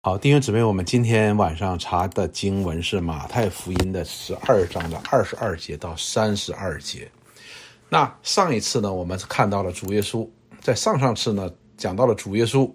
好，弟兄姊妹，我们今天晚上查的经文是马太福音的12章的22节到32节。那上一次呢，我们看到了主耶稣，在上次呢，讲到了主耶稣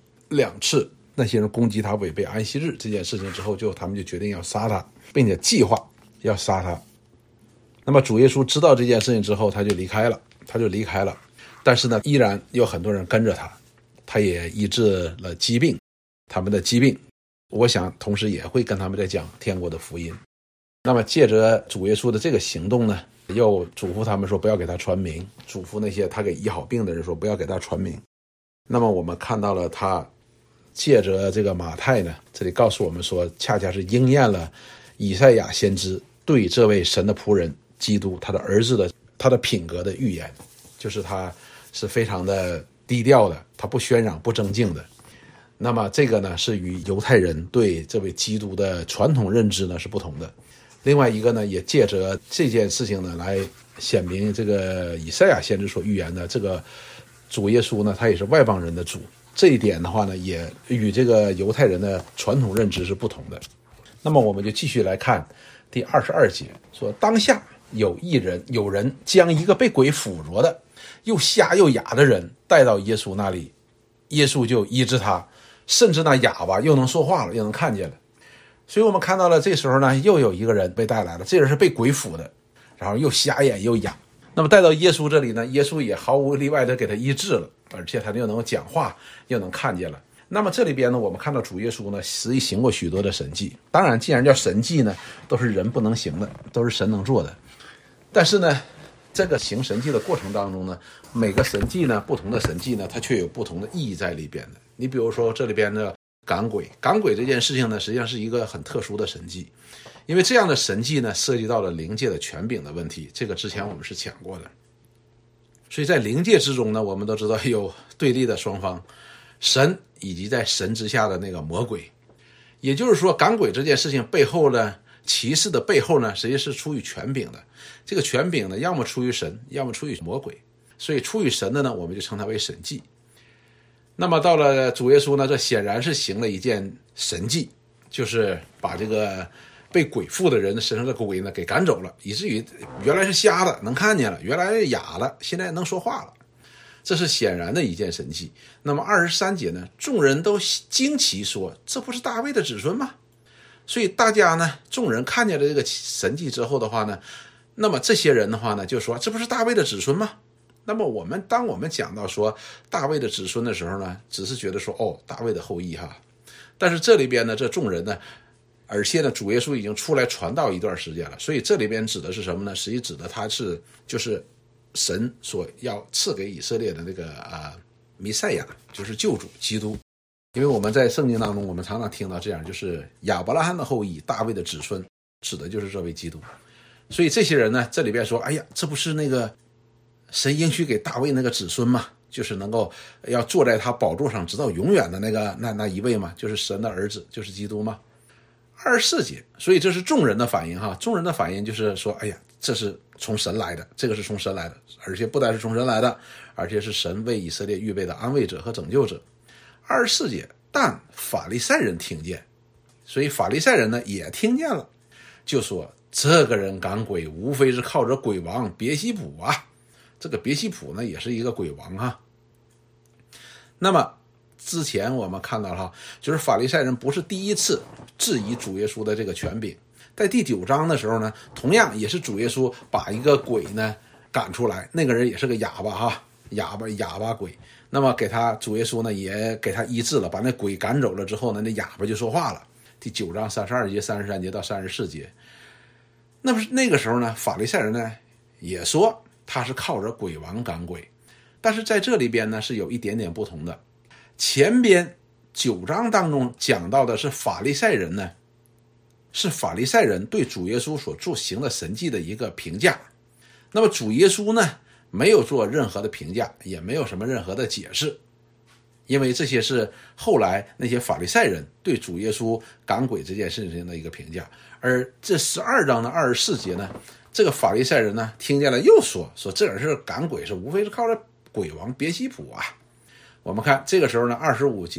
2次那些人攻击他违背安息日这件事情之后，他们就决定要杀他，并且计划要杀他。那么主耶稣知道这件事情之后，他就离开了。但是呢，依然有很多人跟着他，他也医治了疾病。他们的疾病，我想同时也会跟他们在讲天国的福音。那么借着主耶稣的这个行动呢，又嘱咐他们说不要给他传名，嘱咐那些他给医好病的人说不要给他传名。那么我们看到了他借着这个马太呢，这里告诉我们说，恰恰是应验了以赛亚先知对这位神的仆人基督他的儿子的他的品格的预言，就是他是非常的低调的，他不喧嚷不争竞的。那么这个呢，是与犹太人对这位基督的传统认知呢是不同的。另外一个呢，也借着这件事情呢，来显明这个以赛亚先知所预言的这个主耶稣呢，他也是外邦人的主。这一点的话呢，也与这个犹太人的传统认知是不同的。那么我们就继续来看第22节，说当下有人将一个被鬼附着的又瞎又哑的人带到耶稣那里，耶稣就医治他，甚至那哑巴又能说话了，又能看见了。所以我们看到了这时候呢，又有一个人被带来了，这人是被鬼附的，然后又瞎眼又哑。那么带到耶稣这里呢，耶稣也毫无例外的给他医治了，而且他又能够讲话，又能看见了。那么这里边呢，我们看到主耶稣呢，实际行过许多的神迹。当然既然叫神迹呢，都是人不能行的，都是神能做的。但是呢，这个行神迹的过程当中呢，每个神迹呢，不同的神迹呢，它却有不同的意义在里边的。你比如说这里边的赶鬼这件事情呢，实际上是一个很特殊的神迹，因为这样的神迹呢，涉及到了灵界的权柄的问题，这个之前我们是讲过的。所以在灵界之中呢，我们都知道有对立的双方，神以及在神之下的那个魔鬼。也就是说，赶鬼这件事情背后呢，奇事的背后呢，实际是出于权柄的。这个权柄呢，要么出于神，要么出于魔鬼。所以出于神的呢，我们就称它为神迹。那么到了主耶稣呢，这显然是行了一件神迹，就是把这个被鬼附的人身上的鬼呢给赶走了，以至于原来是瞎的能看见了，原来是哑了，现在能说话了。这是显然的一件神迹。那么23节呢，众人都惊奇说，这不是大卫的子孙吗？所以大家呢，众人看见了这个神迹之后的话呢，那么这些人的话呢，就说这不是大卫的子孙吗？那么当我们讲到说大卫的子孙的时候呢，只是觉得说大卫的后裔哈。但是这里边呢，这众人呢，而且呢，主耶稣已经出来传道一段时间了，所以这里边指的是什么呢？实际指的他就是神所要赐给以色列的那个弥赛亚，就是救主基督。因为我们在圣经当中，我们常常听到这样，就是亚伯拉罕的后裔，大卫的子孙，指的就是这位基督。所以这些人呢，这里边说，哎呀，这不是那个神应许给大卫那个子孙吗？就是能够要坐在他宝座上直到永远的那一位嘛，就是神的儿子，就是基督嘛。24节，所以这是众人的反应哈，众人的反应就是说，哎呀，这是从神来的，这个是从神来的，而且不单是从神来的，而且是神为以色列预备的安慰者和拯救者。24节，但法利赛人听见，所以法利赛人呢也听见了，就说这个人赶鬼无非是靠着鬼王别西卜啊。这个别西卜呢也是一个鬼王哈。那么之前我们看到了，就是法利赛人不是第一次质疑主耶稣的这个权柄。在第9章的时候呢，同样也是主耶稣把一个鬼呢赶出来，那个人也是个哑巴哈，哑巴鬼。那么主耶稣呢也给他医治了，把那鬼赶走了之后呢，那哑巴就说话了。第9章32节、33节到34节。那么那个时候呢，法利赛人呢也说他是靠着鬼王赶鬼，但是在这里边呢是有一点点不同的。前边9章当中讲到的是法利赛人呢，是法利赛人对主耶稣所做行的神迹的一个评价。那么主耶稣呢没有做任何的评价，也没有什么任何的解释，因为这些是后来那些法利赛人对主耶稣赶鬼这件事情的一个评价。而这12章的24节呢，这个法利赛人呢听见了又说这人是赶鬼，是无非是靠着鬼王别西卜啊。我们看这个时候呢，25节，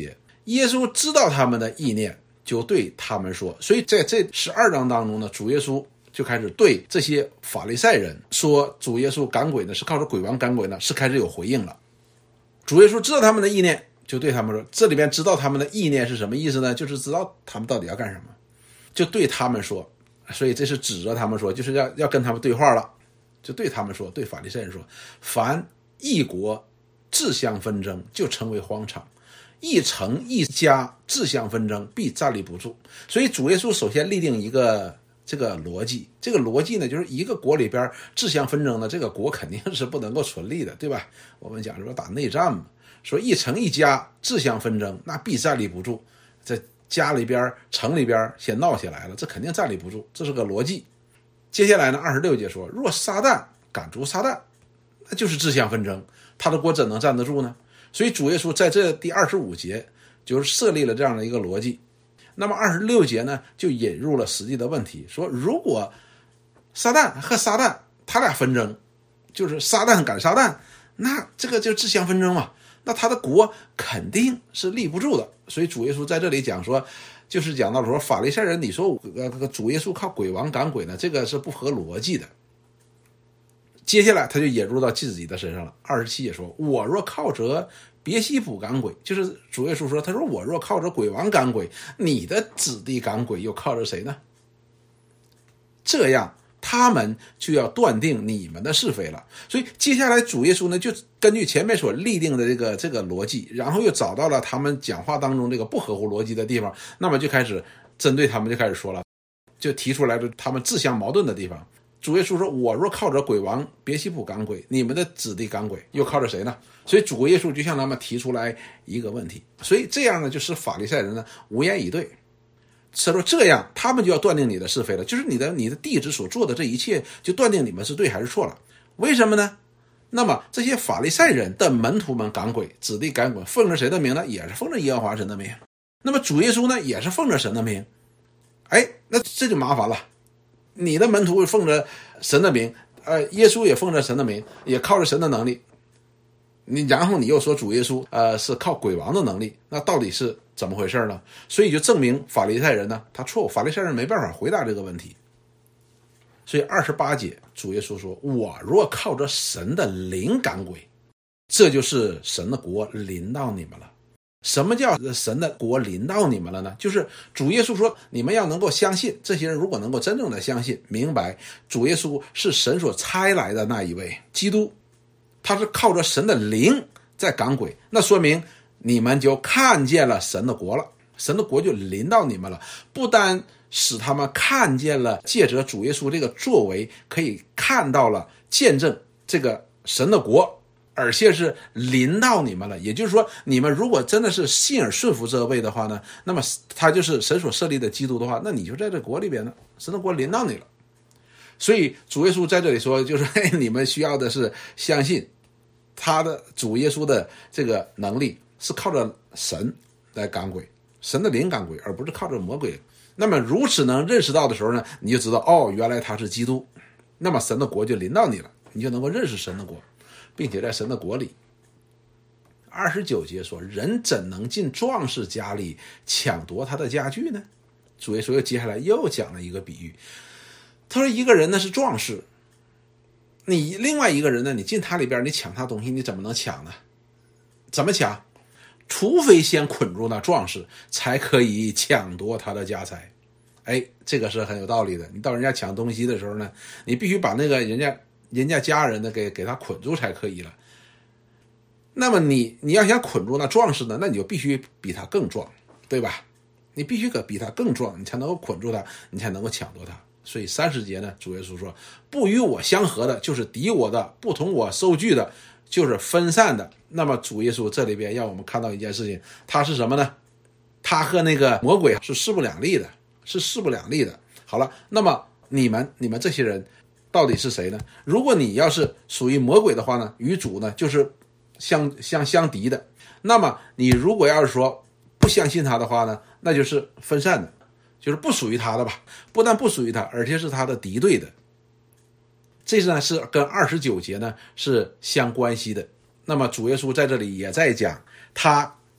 耶稣知道他们的意念，就对他们说。所以在这12章当中呢，主耶稣就开始对这些法利赛人说，主耶稣赶鬼呢是靠着鬼王赶鬼呢，是开始有回应了。主耶稣知道他们的意念，就对他们说，这里边知道他们的意念是什么意思呢？就是知道他们到底要干什么，就对他们说。所以这是指着他们说，就是要跟他们对话了，就对他们说，对法利赛人说，凡一国自相纷争，就成为荒场；一城一家自相纷争，必站立不住。所以主耶稣首先立定一个这个逻辑，这个逻辑呢，就是一个国里边自相纷争的，这个国肯定是不能够存立的，对吧？我们讲说打内战嘛，说一城一家自相纷争，那必站立不住。在家里边城里边先闹起来了，这肯定站立不住，这是个逻辑。接下来呢，26节说，若撒旦赶逐撒旦，那就是自相纷争，他的国怎能站得住呢？所以主耶稣在这第25节就是设立了这样的一个逻辑。那么26节呢，就引入了实际的问题，说如果撒旦和撒旦他俩纷争，就是撒旦赶撒旦，那这个就自相纷争嘛，那他的国肯定是立不住的。所以主耶稣在这里讲说，就是讲到说法利赛人，你说主耶稣靠鬼王赶鬼呢，这个是不合逻辑的。接下来他就引入到自己的身上了。27节说，我若靠着别西卜赶鬼，就是主耶稣说，他说我若靠着鬼王赶鬼，你的子弟赶鬼又靠着谁呢？这样他们就要断定你们的是非了。所以接下来主耶稣呢，就根据前面所立定的这个逻辑，然后又找到了他们讲话当中这个不合乎逻辑的地方，那么就开始针对他们就开始说了，就提出来了他们自相矛盾的地方。主耶稣说，我若靠着鬼王别西卜赶鬼，你们的子弟赶鬼又靠着谁呢？所以主耶稣就向他们提出来一个问题，所以这样呢，就使法利赛人呢无言以对。他说这样他们就要断定你的是非了，就是你的弟子所做的这一切就断定你们是对还是错了。为什么呢？那么这些法利赛人的门徒们赶鬼，子弟赶鬼，奉着谁的名呢？也是奉着耶和华神的名。那么主耶稣呢，也是奉着神的名。那这就麻烦了，你的门徒奉着神的名，耶稣也奉着神的名，也靠着神的能力，然后你又说主耶稣是靠鬼王的能力，那到底是怎么回事呢？所以就证明法利赛人呢他错误，法利赛人没办法回答这个问题。所以28节主耶稣说，我若靠着神的灵赶鬼，这就是神的国临到你们了。什么叫神的国临到你们了呢？就是主耶稣说，你们要能够相信，这些人如果能够真正的相信明白主耶稣是神所差来的那一位基督，他是靠着神的灵在赶鬼，那说明你们就看见了神的国了，神的国就临到你们了。不单使他们看见了借着主耶稣这个作为可以看到了见证这个神的国，而且是临到你们了。也就是说，你们如果真的是信而顺服这位的话呢，那么他就是神所设立的基督的话，那你就在这国里边呢，神的国临到你了。所以主耶稣在这里说，就是你们需要的是相信他的主耶稣的这个能力是靠着神来赶鬼，神的灵赶鬼，而不是靠着魔鬼。那么如此能认识到的时候呢，你就知道原来他是基督，那么神的国就临到你了，你就能够认识神的国，并且在神的国里。29节说，人怎能进壮士家里抢夺他的家具呢？主耶稣又接下来又讲了一个比喻，他说一个人呢是壮士，你另外一个人呢，你进他里边，你抢他东西，你怎么能抢呢？怎么抢？除非先捆住那壮士，才可以抢夺他的家财。这个是很有道理的。你到人家抢东西的时候呢，你必须把那个人家家人呢给他捆住才可以了。那么你要想捆住那壮士呢，那你就必须比他更壮，对吧？你必须比他更壮，你才能够捆住他，你才能够抢夺他。所以30节呢，主耶稣说，不与我相合的就是敌我的，不同我收据的就是分散的。那么主耶稣这里边让我们看到一件事情，他是什么呢？他和那个魔鬼是势不两立的。好了，那么你们这些人到底是谁呢？如果你要是属于魔鬼的话呢，与主呢就是相敌的。那么你如果要是说不相信他的话呢，那就是分散的，就是不属于他的吧。不但不属于他，而且是他的敌对的。这呢是跟29节呢是相关系的。那么主耶稣在这里也在讲，他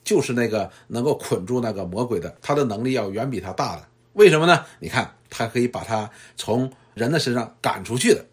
就是那个能够捆住那个魔鬼的，他的能力要远比他大的。为什么呢？你看，他可以把他从人的身上赶出去的。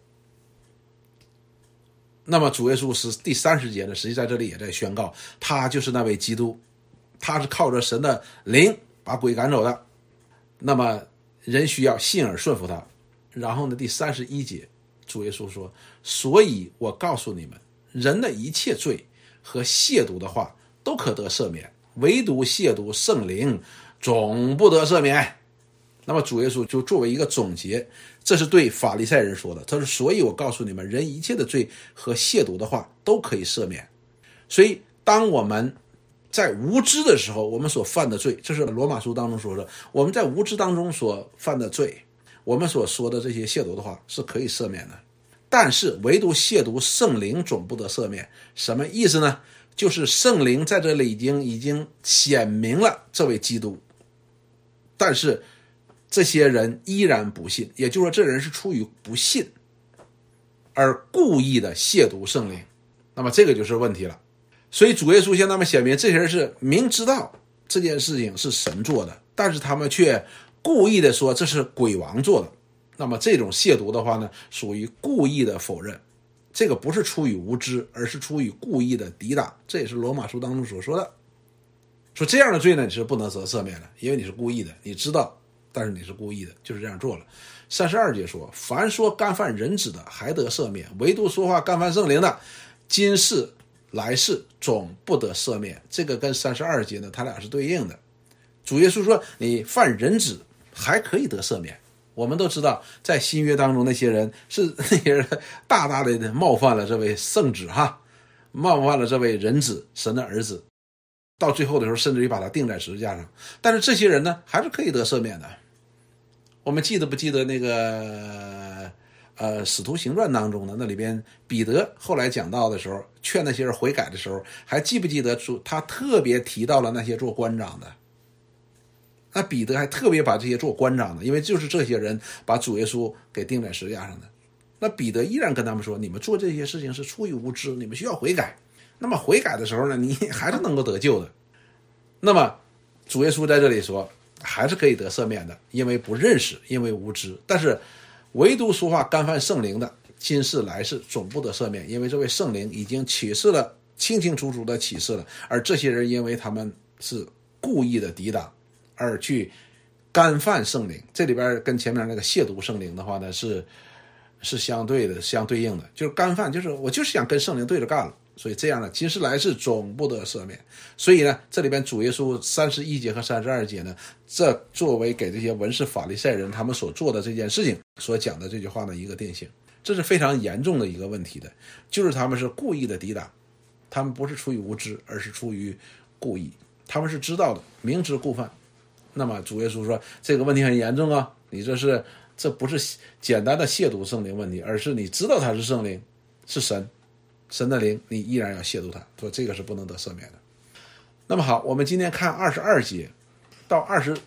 那么主耶稣是第30节呢，实际在这里也在宣告，他就是那位基督，他是靠着神的灵把鬼赶走的。那么人需要信而顺服他。然后呢，第31节主耶稣说，所以我告诉你们，人的一切罪和亵渎的话都可得赦免，唯独亵渎圣灵总不得赦免。那么主耶稣就作为一个总结，这是对法利赛人说的，他说，所以我告诉你们，人一切的罪和亵渎的话都可以赦免。所以当我们在无知的时候，我们所犯的罪，这是罗马书当中说的，我们在无知当中所犯的罪，我们所说的这些亵渎的话是可以赦免的，但是唯独亵渎圣灵总不得赦免。什么意思呢？就是圣灵在这里已经显明了这位基督，但是这些人依然不信，也就是说这人是出于不信而故意的亵渎圣灵。那么这个就是问题了。所以主耶稣向他们显明，这些人是明知道这件事情是神做的，但是他们却故意的说这是鬼王做的。那么这种亵渎的话呢，属于故意的否认，这个不是出于无知，而是出于故意的抵挡。这也是罗马书当中所说的，说这样的罪呢你是不能得赦免的，因为你是故意的，你知道但是你是故意的，就是这样做了。32节说，凡说干犯人子的还得赦免，唯独说话干犯圣灵的，今世来世总不得赦免。这个跟32节呢，它俩是对应的。主耶稣说你犯人子还可以得赦免。我们都知道在新约当中那些人大大的冒犯了这位圣子冒犯了这位人子，神的儿子，到最后的时候甚至于把他钉在十字架上。但是这些人呢还是可以得赦免的。我们记得不记得那个使徒行传当中呢，那里边彼得后来讲到的时候，劝那些人悔改的时候，还记不记得他特别提到了那些做官长的。那彼得还特别把这些做官长的，因为就是这些人把主耶稣给钉在十字架上的。那彼得依然跟他们说，你们做这些事情是出于无知，你们需要悔改。那么悔改的时候呢，你还是能够得救的。那么主耶稣在这里说还是可以得赦免的，因为不认识，因为无知。但是唯独说话干犯圣灵的，今世来世总不得赦免，因为这位圣灵已经启示了，清清楚楚的启示了。而这些人因为他们是故意的抵挡而去干犯圣灵，这里边跟前面那个亵渎圣灵的话呢是相对应的，就是干犯，就是我就是想跟圣灵对着干了，所以这样呢今世来世总不得赦免。所以呢这里边主耶稣31节和32节呢，这作为给这些文士法利赛人他们所做的这件事情所讲的这句话的一个定性，这是非常严重的一个问题的，就是他们是故意的抵挡，他们不是出于无知，而是出于故意，他们是知道的，明知故犯。那么主耶稣说这个问题很严重啊，你这不是简单的亵渎圣灵问题，而是你知道他是圣灵，是神的灵，你依然要亵渎他，说这个是不能得赦免的。那么好，我们今天看22节到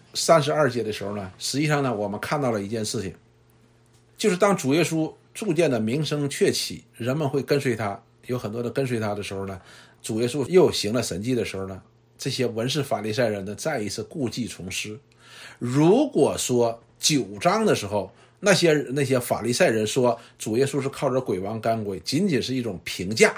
32节的时候呢，实际上呢我们看到了一件事情，就是当主耶稣逐渐的名声鹊起，人们会跟随他，有很多的跟随他的时候呢，主耶稣又行了神迹的时候呢，这些文士法利赛人呢再一次故技重施。如果说9章的时候那些法利赛人说主耶稣是靠着鬼王赶鬼，仅仅是一种评价，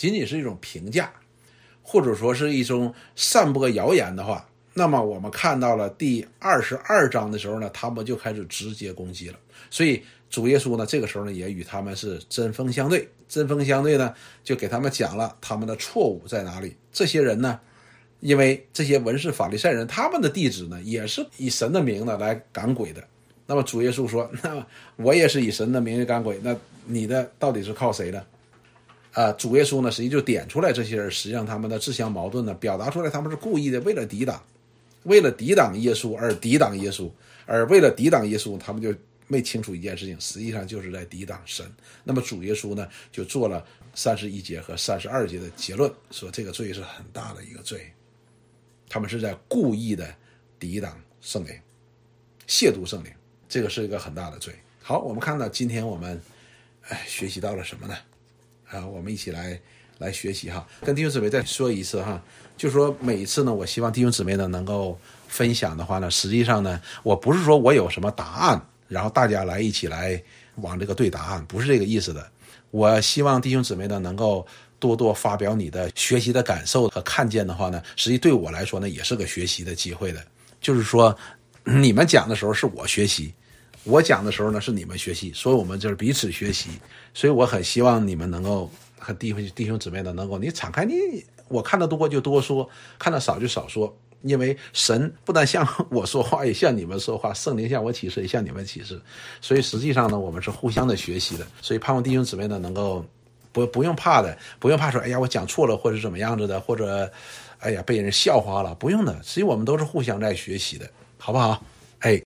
或者说是一种散播谣言的话，那么我们看到了第22章的时候呢，他们就开始直接攻击了。所以主耶稣呢这个时候呢也与他们是针锋相对呢，就给他们讲了他们的错误在哪里。这些人呢，因为这些文士法利赛人他们的弟子呢也是以神的名呢来赶鬼的，那么主耶稣说，那我也是以神的名赶鬼，那你的到底是靠谁呢？主耶稣呢实际就点出来这些人实际上他们的自相矛盾呢，表达出来他们是故意的，为了抵挡耶稣而抵挡耶稣，而为了抵挡耶稣他们就没清楚一件事情，实际上就是在抵挡神。那么主耶稣呢就做了31节和32节的结论，说这个罪是很大的一个罪，他们是在故意的抵挡圣灵，亵渎圣灵，这个是一个很大的罪。好，我们看到今天我们学习到了什么呢？我们一起来来学习哈。跟弟兄姊妹再说一次哈，就是说每一次呢，我希望弟兄姊妹呢能够分享的话呢，实际上呢，我不是说我有什么答案，然后大家来一起来往这个对答案，不是这个意思的。我希望弟兄姊妹呢能够多多发表你的学习的感受和看见的话呢，实际对我来说呢也是个学习的机会的。就是说你们讲的时候是我学习，我讲的时候呢是你们学习，所以我们就是彼此学习。所以我很希望你们能够和弟兄姊妹呢能够你敞开，我看得多就多说，看得少就少说。因为神不但向我说话，也向你们说话，圣灵向我启示，也向你们启示。所以实际上呢，我们是互相的学习的。所以盼望弟兄姊妹呢能够不用怕的，不用怕说哎呀我讲错了或者怎么样子的，或者哎呀被人笑话了，不用的。实际我们都是互相在学习的，好不好？哎，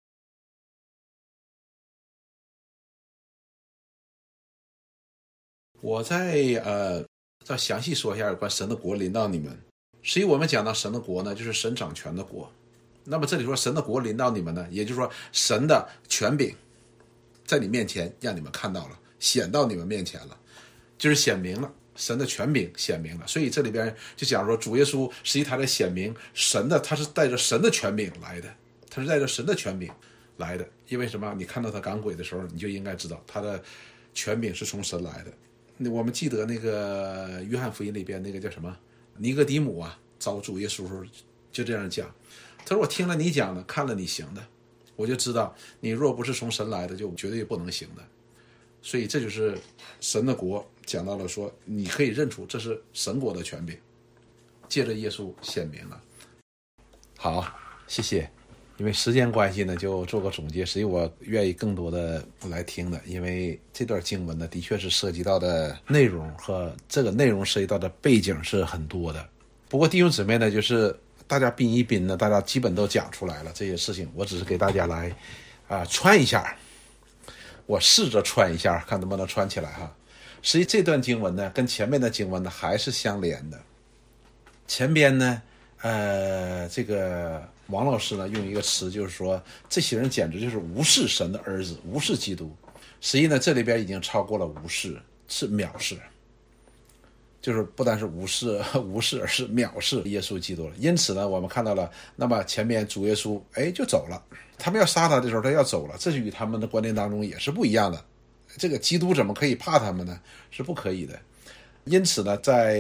我再详细说一下有关神的国临到你们。实际我们讲到神的国呢，就是神掌权的国。那么这里说神的国临到你们呢，也就是说神的权柄在你面前让你们看到了，显到你们面前了，就是显明了，神的权柄显明了。所以这里边就讲说主耶稣实际他在显明神的，他是带着神的权柄来的，他是带着神的权柄来的。因为什么？你看到他赶鬼的时候，你就应该知道他的权柄是从神来的。我们记得那个约翰福音里边那个叫什么尼哥底母啊，找主耶稣时候就这样讲，他说我听了你讲的，看了你行的，我就知道你若不是从神来的，就绝对不能行的。所以这就是神的国，讲到了说你可以认出这是神国的权柄，借着耶稣显明了。好，谢谢。因为时间关系呢，就做个总结。实际我愿意更多的来听的，因为这段经文呢，的确是涉及到的内容和这个内容涉及到的背景是很多的。不过弟兄姊妹呢，就是大家宾一宾呢，大家基本都讲出来了这些事情，我只是给大家来穿一下，我试着穿一下，看能不能穿起来哈。实际这段经文呢，跟前面的经文呢还是相连的。前边呢，这个王老师呢用一个词，就是说这些人简直就是无视神的儿子，无视基督。实际呢，这里边已经超过了无视，是藐视，就是不单是无视，而是藐视耶稣基督了。因此呢，我们看到了，那么前面主耶稣就走了，他们要杀他的时候他要走了，这是与他们的观念当中也是不一样的。这个基督怎么可以怕他们呢？是不可以的。因此呢，在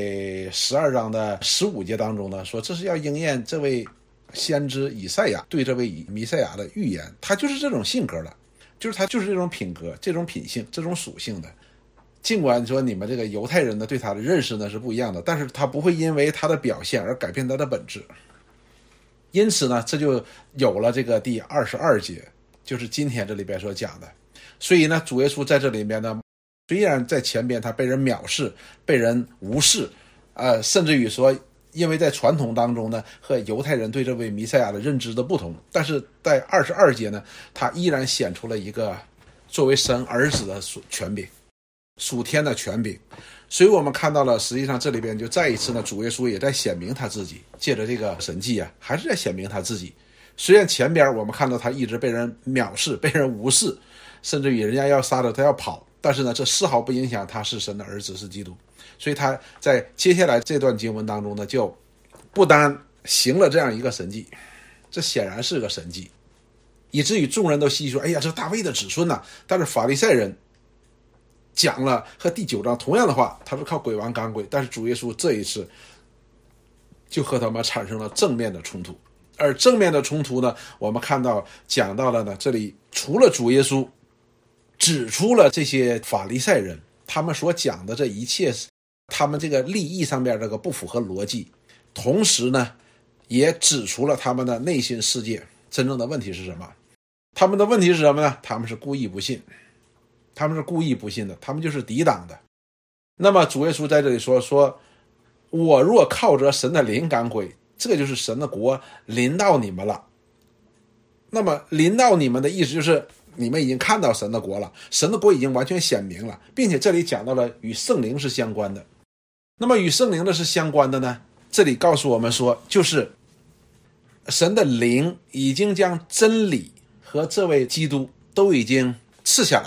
12章的15节当中呢，说这是要应验这位先知以赛亚对这位弥赛亚的预言，他就是这种性格的，就是他就是这种品格、这种品性、这种属性的。尽管说你们这个犹太人呢对他的认识呢是不一样的，但是他不会因为他的表现而改变他的本质。因此呢，这就有了这个第22节，就是今天这里边所讲的。所以呢，主耶稣在这里面呢，虽然在前边他被人藐视、被人无视，甚至于说因为在传统当中呢和犹太人对这位弥赛亚的认知的不同，但是在22节呢，他依然显出了一个作为神儿子的权柄，属天的权柄。所以我们看到了，实际上这里边就再一次呢，主耶稣也在显明他自己，借着这个神迹还是在显明他自己。虽然前边我们看到他一直被人藐视、被人无视，甚至于人家要杀他，他要跑，但是呢，这丝毫不影响他是神的儿子，是基督。所以他在接下来这段经文当中呢，就不单行了这样一个神迹，这显然是个神迹，以至于众人都细说：“哎呀，这大卫的子孙呐！”但是法利赛人讲了和第9章同样的话，他是靠鬼王赶鬼，但是主耶稣这一次就和他们产生了正面的冲突。而正面的冲突呢，我们看到讲到了呢，这里除了主耶稣指出了这些法利赛人他们所讲的这一切，他们这个利益上面这个不符合逻辑，同时呢，也指出了他们的内心世界真正的问题是什么。他们的问题是什么呢？他们是故意不信，他们是故意不信的，他们就是抵挡的。那么主耶稣在这里说我若靠着神的灵赶鬼，这个就是神的国临到你们了。那么临到你们的意思就是你们已经看到神的国了，神的国已经完全显明了，并且这里讲到了与圣灵是相关的。那么与圣灵的是相关的呢，这里告诉我们说，就是神的灵已经将真理和这位基督都已经赐下来了，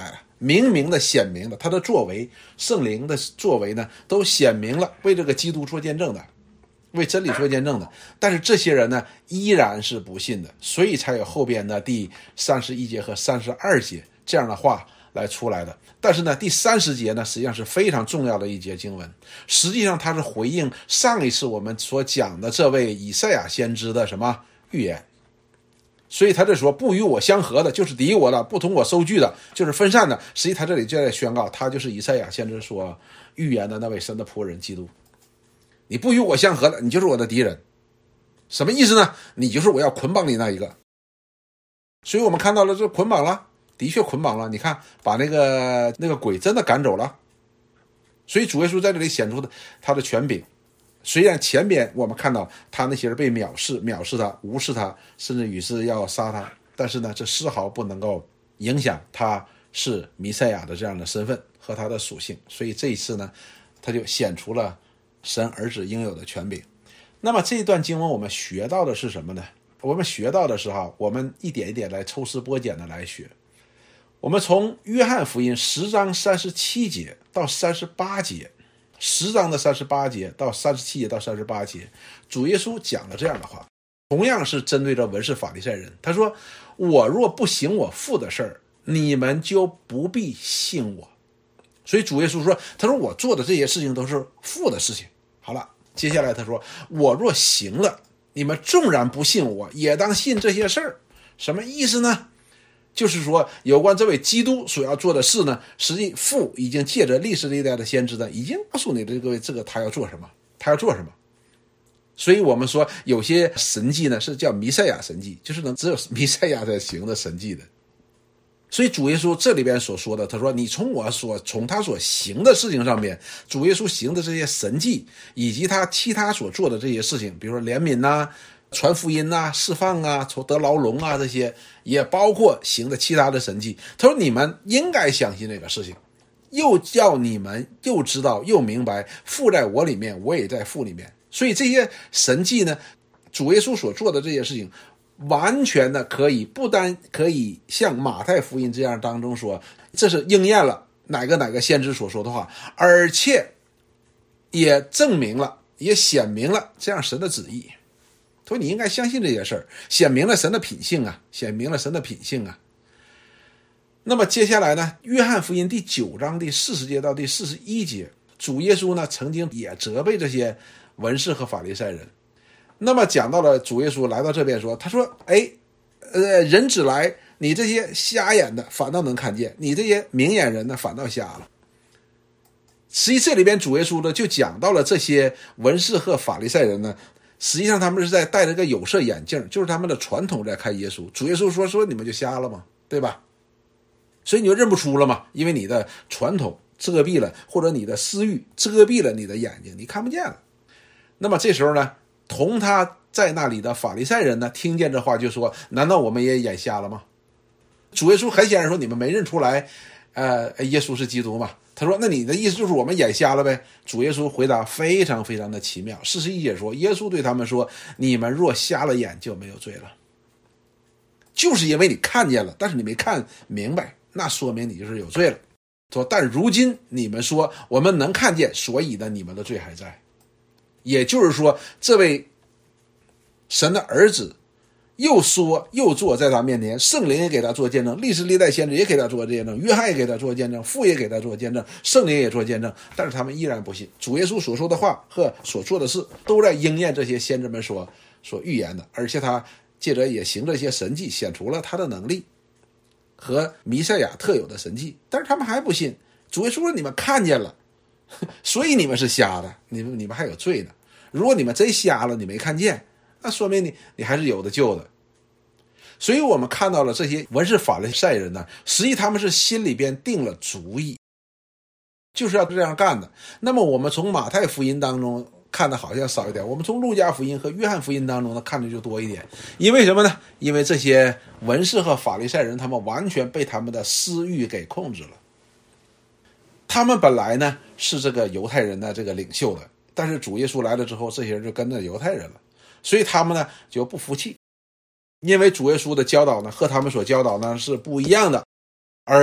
明明的显明了他的作为，圣灵的作为呢都显明了，为这个基督做见证的，为真理做见证的。但是这些人呢依然是不信的，所以才有后边的第31节和32节这样的话来出来的。但是呢第30节呢实际上是非常重要的一节经文，实际上它是回应上一次我们所讲的这位以赛亚先知的什么预言。所以他这说不与我相合的就是敌我的，不同我收据的就是分散的，实际他这里就在宣告他就是以赛亚先知所预言的那位神的仆人基督。你不与我相合的，你就是我的敌人。什么意思呢？你就是我要捆绑你那一个。所以我们看到了这捆绑了，的确捆绑了，你看把那个鬼真的赶走了。所以主耶稣在这里显出的他的权柄。虽然前边我们看到他那些人被藐视他，无视他，甚至于是要杀他，但是呢这丝毫不能够影响他是弥赛亚的这样的身份和他的属性。所以这一次呢他就显出了神儿子应有的权柄。那么这一段经文我们学到的是什么呢？我们学到的是我们一点一点来抽丝剥茧的来学。我们从约翰福音10章37节到38节，10章的38节到37节到38节，主耶稣讲了这样的话，同样是针对着文士法利赛人。他说，我若不行我父的事儿，你们就不必信我。所以主耶稣说，他说我做的这些事情都是父的事情。好了，接下来他说，我若行了，你们纵然不信我，也当信这些事儿。什么意思呢？就是说有关这位基督所要做的事呢，实际父已经借着历史历代的先知呢，已经告诉你的这个他要做什么，他要做什么。所以我们说有些神迹呢是叫弥赛亚神迹，就是只有弥赛亚在行的神迹的。所以主耶稣这里边所说的，他说你从他所行的事情上面，主耶稣行的这些神迹，以及他其他所做的这些事情，比如说怜悯啊，传福音啊，释放啊，得牢笼啊，这些也包括行的其他的神迹。他说你们应该相信这个事情，又叫你们又知道又明白，父在我里面，我也在父里面。所以这些神迹呢，主耶稣所做的这些事情，完全的可以不单可以像马太福音这样当中说，这是应验了哪个先知所说的话，而且也证明了，也显明了这样神的旨意。所以你应该相信这些事儿，显明了神的品性啊，显明了神的品性啊。那么接下来呢，约翰福音第9章第40节到第41节，主耶稣呢曾经也责备这些文士和法利赛人。那么讲到了主耶稣来到这边说，他说人子来，你这些瞎眼的反倒能看见，你这些明眼人呢反倒瞎了。实际这里边主耶稣呢就讲到了这些文士和法利赛人呢，实际上他们是在戴着个有色眼镜，就是他们的传统在看耶稣。主耶稣说你们就瞎了吗？对吧？所以你就认不出了嘛，因为你的传统遮蔽了，或者你的私欲遮蔽了你的眼睛，你看不见了。那么这时候呢，同他在那里的法利赛人呢，听见这话就说，难道我们也眼瞎了吗？主耶稣很显然说，你们没认出来耶稣是基督吗？他说那你的意思就是我们眼瞎了呗？主耶稣回答非常非常的奇妙。41节说，耶稣对他们说，你们若瞎了眼就没有罪了，就是因为你看见了，但是你没看明白，那说明你就是有罪了。说但如今你们说我们能看见，所以呢你们的罪还在。也就是说，这位神的儿子又说又做在他面前，圣灵也给他做见证，历史历代先知也给他做见证，约翰也给他做见证，父也给他做见证，圣灵也做见证，但是他们依然不信。主耶稣所说的话和所做的事都在应验这些先知们所预言的，而且他借着也行这些神迹，显出了他的能力和弥赛亚特有的神迹，但是他们还不信。主耶稣说你们看见了，所以你们是瞎的，你们还有罪呢。如果你们真瞎了，你没看见，那说明你还是有的救的。所以我们看到了这些文士法利赛人呢，实际他们是心里边定了主意，就是要这样干的。那么我们从马太福音当中看的好像少一点，我们从路加福音和约翰福音当中呢看的就多一点。因为什么呢？因为这些文士和法利赛人他们完全被他们的私欲给控制了。他们本来呢是这个犹太人的这个领袖的，但是主耶稣来了之后，这些人就跟着犹太人了，所以他们呢就不服气，因为主耶稣的教导呢和他们所教导呢是不一样的，而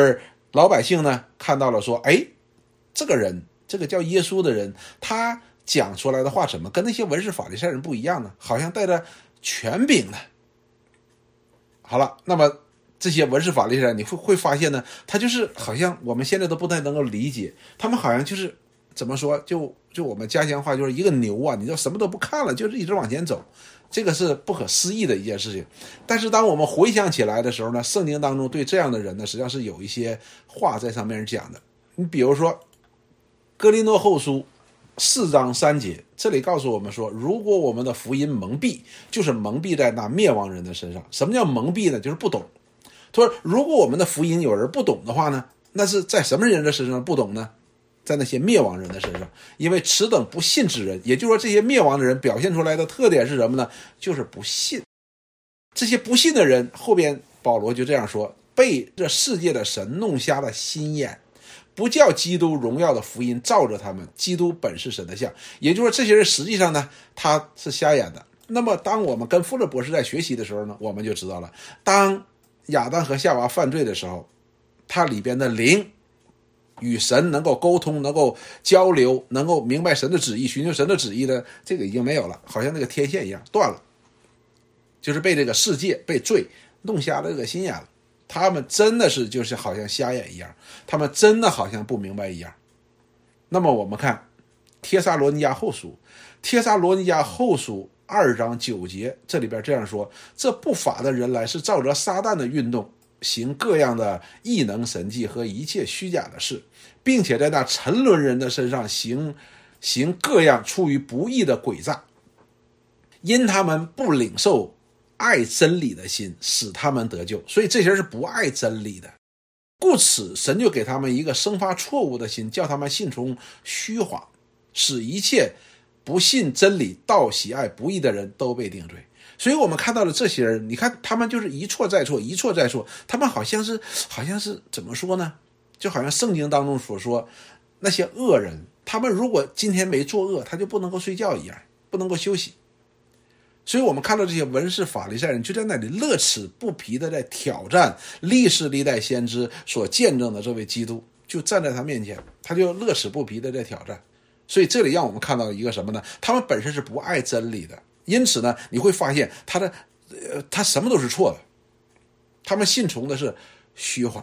老百姓呢看到了说，哎，这个人，这个叫耶稣的人，他讲出来的话怎么跟那些文士法利赛人不一样呢？好像带着权柄的。好了，那么这些文士法利赛人你会发现呢，他就是好像我们现在都不太能够理解，他们好像就是怎么说，就我们家乡话就是一个牛啊，你就什么都不看了，就是一直往前走，这个是不可思议的一件事情。但是当我们回想起来的时候呢，圣经当中对这样的人呢，实际上是有一些话在上面讲的。你比如说哥林多后书4章3节，这里告诉我们说，如果我们的福音蒙蔽，就是蒙蔽在那灭亡人的身上。什么叫蒙蔽呢？就是不懂。他说如果我们的福音有人不懂的话呢，那是在什么人的身上不懂呢？在那些灭亡人的身上。因为此等不信之人，也就是说这些灭亡的人表现出来的特点是什么呢？就是不信。这些不信的人，后边保罗就这样说，被这世界的神弄瞎了心眼，不叫基督荣耀的福音照着他们。基督本是神的像。也就是说这些人实际上呢，他是瞎眼的。那么当我们跟富勒博士在学习的时候呢，我们就知道了，当亚当和夏娃犯罪的时候，他里边的灵与神能够沟通，能够交流，能够明白神的旨意，寻求神的旨意的，这个已经没有了，好像那个天线一样断了，就是被这个世界被罪弄瞎了这个心眼了。他们真的是就是好像瞎眼一样，他们真的好像不明白一样。那么我们看帖撒罗尼迦后书2章9节，这里边这样说，这不法的人来是照着撒旦的运动，行各样的异能神迹和一切虚假的事，并且在那沉沦人的身上行各样出于不义的诡诈，因他们不领受爱真理的心，使他们得救。所以这些人是不爱真理的，故此神就给他们一个生发错误的心，叫他们信从虚谎，使一切不信真理倒喜爱不义的人都被定罪。所以我们看到了这些人，你看他们就是一错再错，一错再错，他们好像是怎么说呢，就好像圣经当中所说那些恶人，他们如果今天没作恶，他就不能够睡觉一样，不能够休息。所以我们看到这些文士法利赛人就在那里乐此不疲的在挑战历世历代先知所见证的这位基督，就站在他面前，他就乐此不疲的在挑战。所以这里让我们看到一个什么呢？他们本身是不爱真理的，因此呢，你会发现他什么都是错的，他们信从的是虚谎，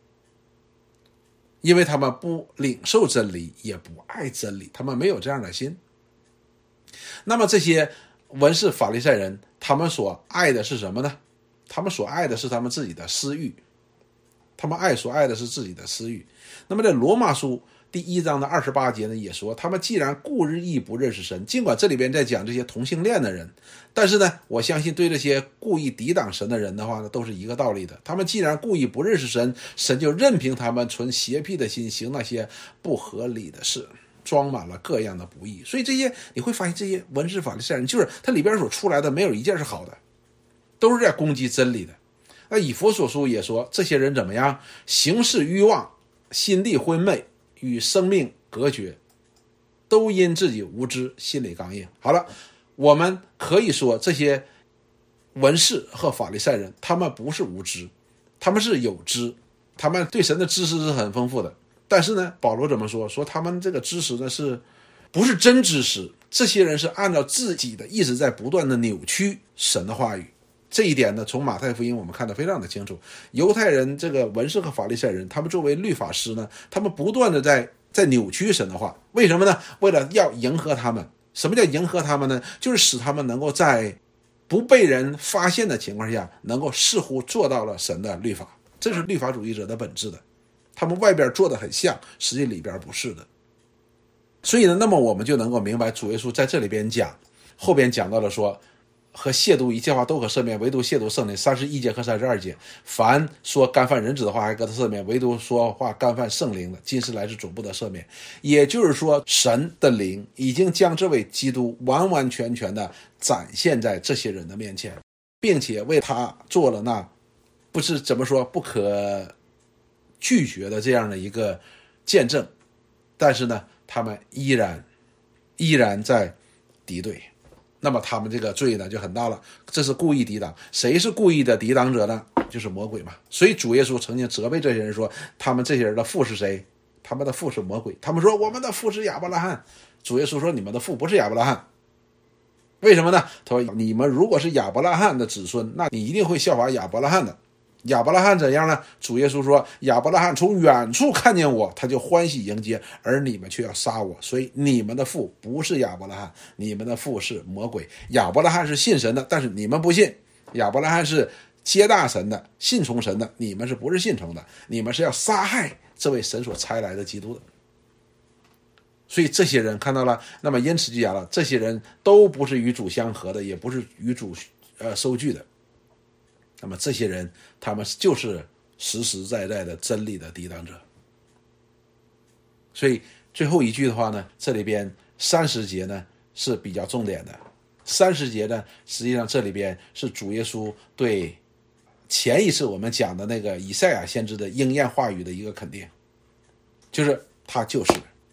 因为他们不领受真理，也不爱真理，他们没有这样的心。那么这些文士法利赛人，他们所爱的是什么呢？他们所爱的是他们自己的私欲，所爱的是自己的私欲。那么在罗马书第1章的28节呢，也说他们既然故意不认识神，尽管这里边在讲这些同性恋的人，但是呢，我相信对这些故意抵挡神的人的话呢，都是一个道理的。他们既然故意不认识神，神就任凭他们存邪僻的心，行那些不合理的事，装满了各样的不义。所以这些你会发现，这些文士法利赛人就是他里边所出来的没有一件是好的，都是在攻击真理的。那以弗所书也说，这些人怎么样？行事愚妄，心地昏昧，与生命隔绝，都因自己无知，心里刚硬。好了，我们可以说这些文士和法利赛人，他们不是无知，他们是有知，他们对神的知识是很丰富的。但是呢，保罗怎么说？说他们这个知识呢，是不是真知识？这些人是按照自己的意思在不断的扭曲神的话语。这一点呢，从马太福音我们看得非常的清楚。犹太人这个文士和法利赛人，他们作为律法师呢，他们不断的在扭曲神的话。为什么呢？为了要迎合他们。什么叫迎合他们呢？就是使他们能够在不被人发现的情况下，能够似乎做到了神的律法。这是律法主义者的本质的。他们外边做的很像，实际里边不是的。所以呢，那么我们就能够明白主耶稣在这里边讲，后边讲到了说，和亵渎一切话都可赦免，唯独亵渎圣灵，31节和32节，凡说干犯人子的话还可赦免，唯独说话干犯圣灵的，今世来世总不得赦免。也就是说，神的灵已经将这位基督完完全全的展现在这些人的面前，并且为他做了那不是怎么说不可拒绝的这样的一个见证。但是呢，他们依然在敌对。那么他们这个罪呢就很大了，这是故意抵挡。谁是故意的抵挡者呢？ 就是魔鬼嘛。所以主耶稣曾经责备这些人说，他们这些人的父是谁？他们的父是魔鬼。他们说我们的父是亚伯拉罕。主耶稣说你们的父不是亚伯拉罕。为什么呢？他说你们如果是亚伯拉罕的子孙，那你一定会效法亚伯拉罕的。亚伯拉罕怎样呢？主耶稣说亚伯拉罕从远处看见我，他就欢喜迎接，而你们却要杀我。所以你们的父不是亚伯拉罕，你们的父是魔鬼。亚伯拉罕是信神的，但是你们不信。亚伯拉罕是接纳神的，信从神的，你们是不是信从的？你们是要杀害这位神所差来的基督的。所以这些人看到了，那么因此就讲了，这些人都不是与主相合的，也不是与主收据的。那么这些人他们就是实实在在的真理的抵挡者。所以最后一句的话呢，这里边30节呢是比较重点的。30节呢，实际上这里边是主耶稣对前一次我们讲的那个以赛亚先知的应验话语的一个肯定，就是他就是，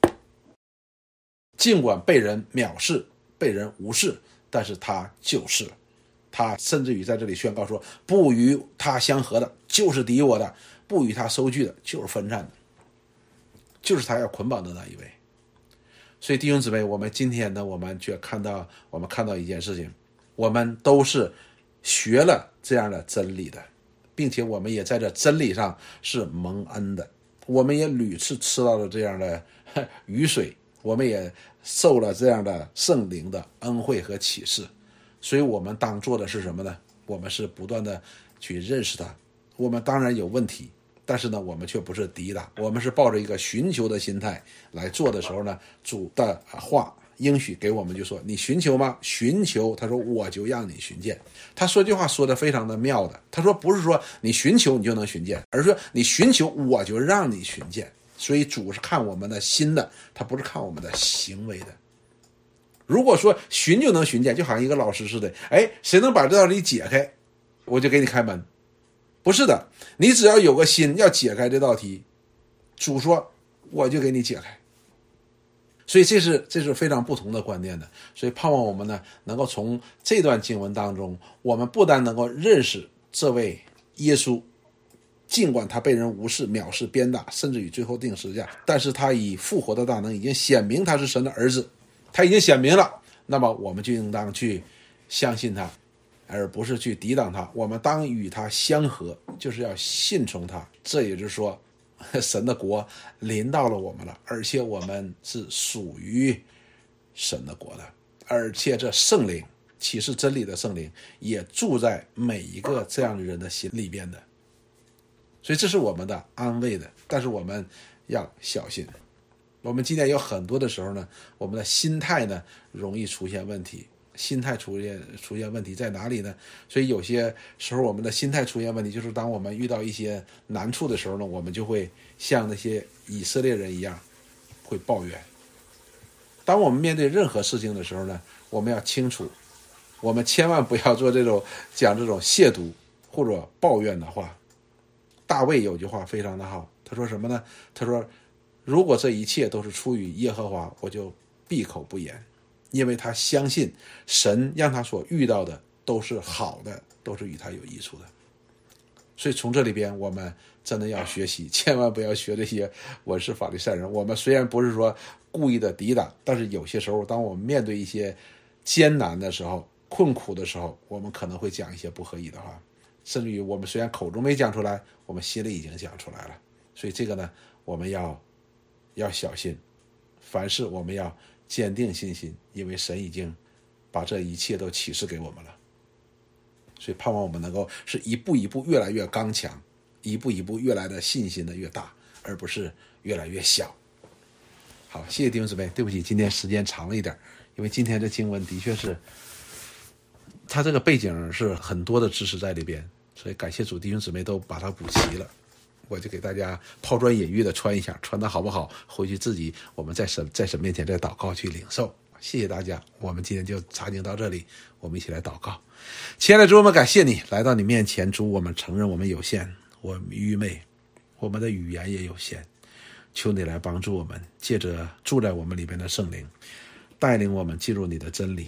尽管被人藐视被人无视，但是他就是。他甚至于在这里宣告说，不与他相合的就是敌我的，不与他收据的就是分散的，就是他要捆绑的那一位。所以弟兄姊妹，我们今天呢，我们看到一件事情，我们都是学了这样的真理的，并且我们也在这真理上是蒙恩的，我们也屡次吃到了这样的雨水，我们也受了这样的圣灵的恩惠和启示。所以我们当做的是什么呢？我们是不断的去认识他。我们当然有问题，但是呢，我们却不是抵挡，我们是抱着一个寻求的心态来做的时候呢，主的话应许给我们就说，你寻求吗？寻求，他说我就让你寻见。他说这句话说的非常的妙的，他说不是说你寻求你就能寻见，而是说你寻求我就让你寻见。所以主是看我们的心的，他不是看我们的行为的。如果说寻就能寻见，就好像一个老师似的，谁能把这道题解开，我就给你开门。不是的，你只要有个心要解开这道题，主说我就给你解开。所以这是非常不同的观念的。所以盼望我们呢，能够从这段经文当中，我们不但能够认识这位耶稣，尽管他被人无视、藐视、鞭打，甚至于最后钉十字架，但是他以复活的大能已经显明他是神的儿子，他已经显明了，那么我们就应当去相信他，而不是去抵挡他。我们当与他相合，就是要信从他。这也就是说，神的国临到了我们了，而且我们是属于神的国的，而且这圣灵，启示真理的圣灵，也住在每一个这样的人的心里边的。所以这是我们的安慰的，但是我们要小心。我们今天有很多的时候呢，我们的心态呢容易出现问题。心态出现问题在哪里呢？所以有些时候我们的心态出现问题，就是当我们遇到一些难处的时候呢，我们就会像那些以色列人一样会抱怨。当我们面对任何事情的时候呢，我们要清楚，我们千万不要做讲这种亵渎或者抱怨的话。大卫有句话非常的好，他说什么呢？他说如果这一切都是出于耶和华，我就闭口不言，因为他相信神让他所遇到的都是好的，都是与他有益处的。所以从这里边我们真的要学习，千万不要学这些文士法利赛人。我们虽然不是说故意的抵挡，但是有些时候当我们面对一些艰难的时候、困苦的时候，我们可能会讲一些不合宜的话，甚至于我们虽然口中没讲出来，我们心里已经讲出来了。所以这个呢，我们要小心，凡事我们要坚定信心，因为神已经把这一切都启示给我们了。所以盼望我们能够是一步一步越来越刚强，一步一步越来的信心的越大，而不是越来越小。好，谢谢弟兄姊妹，对不起今天时间长了一点，因为今天的经文的确是它这个背景是很多的知识在里边，所以感谢主，弟兄姊妹都把它补齐了。我就给大家抛砖引玉的传一下，传的好不好，回去自己我们在神面前再祷告去领受。谢谢大家，我们今天就查经到这里，我们一起来祷告。亲爱的主，我们感谢你来到你面前，主，我们承认我们有限，我们愚昧，我们的语言也有限，求你来帮助我们，借着住在我们里边的圣灵，带领我们进入你的真理，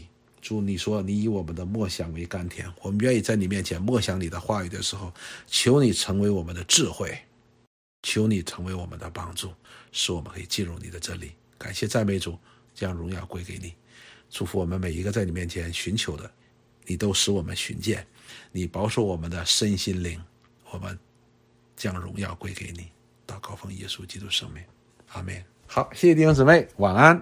主，你说你以我们的默想为甘甜，我们愿意在你面前默想你的话语的时候，求你成为我们的智慧，求你成为我们的帮助，使我们可以进入你的真理。感谢赞美主，将荣耀归给你。祝福我们每一个在你面前寻求的，你都使我们寻见，你保守我们的身心灵，我们将荣耀归给你。祷告奉耶稣基督圣名，阿们。好，谢谢弟兄姊妹，晚安。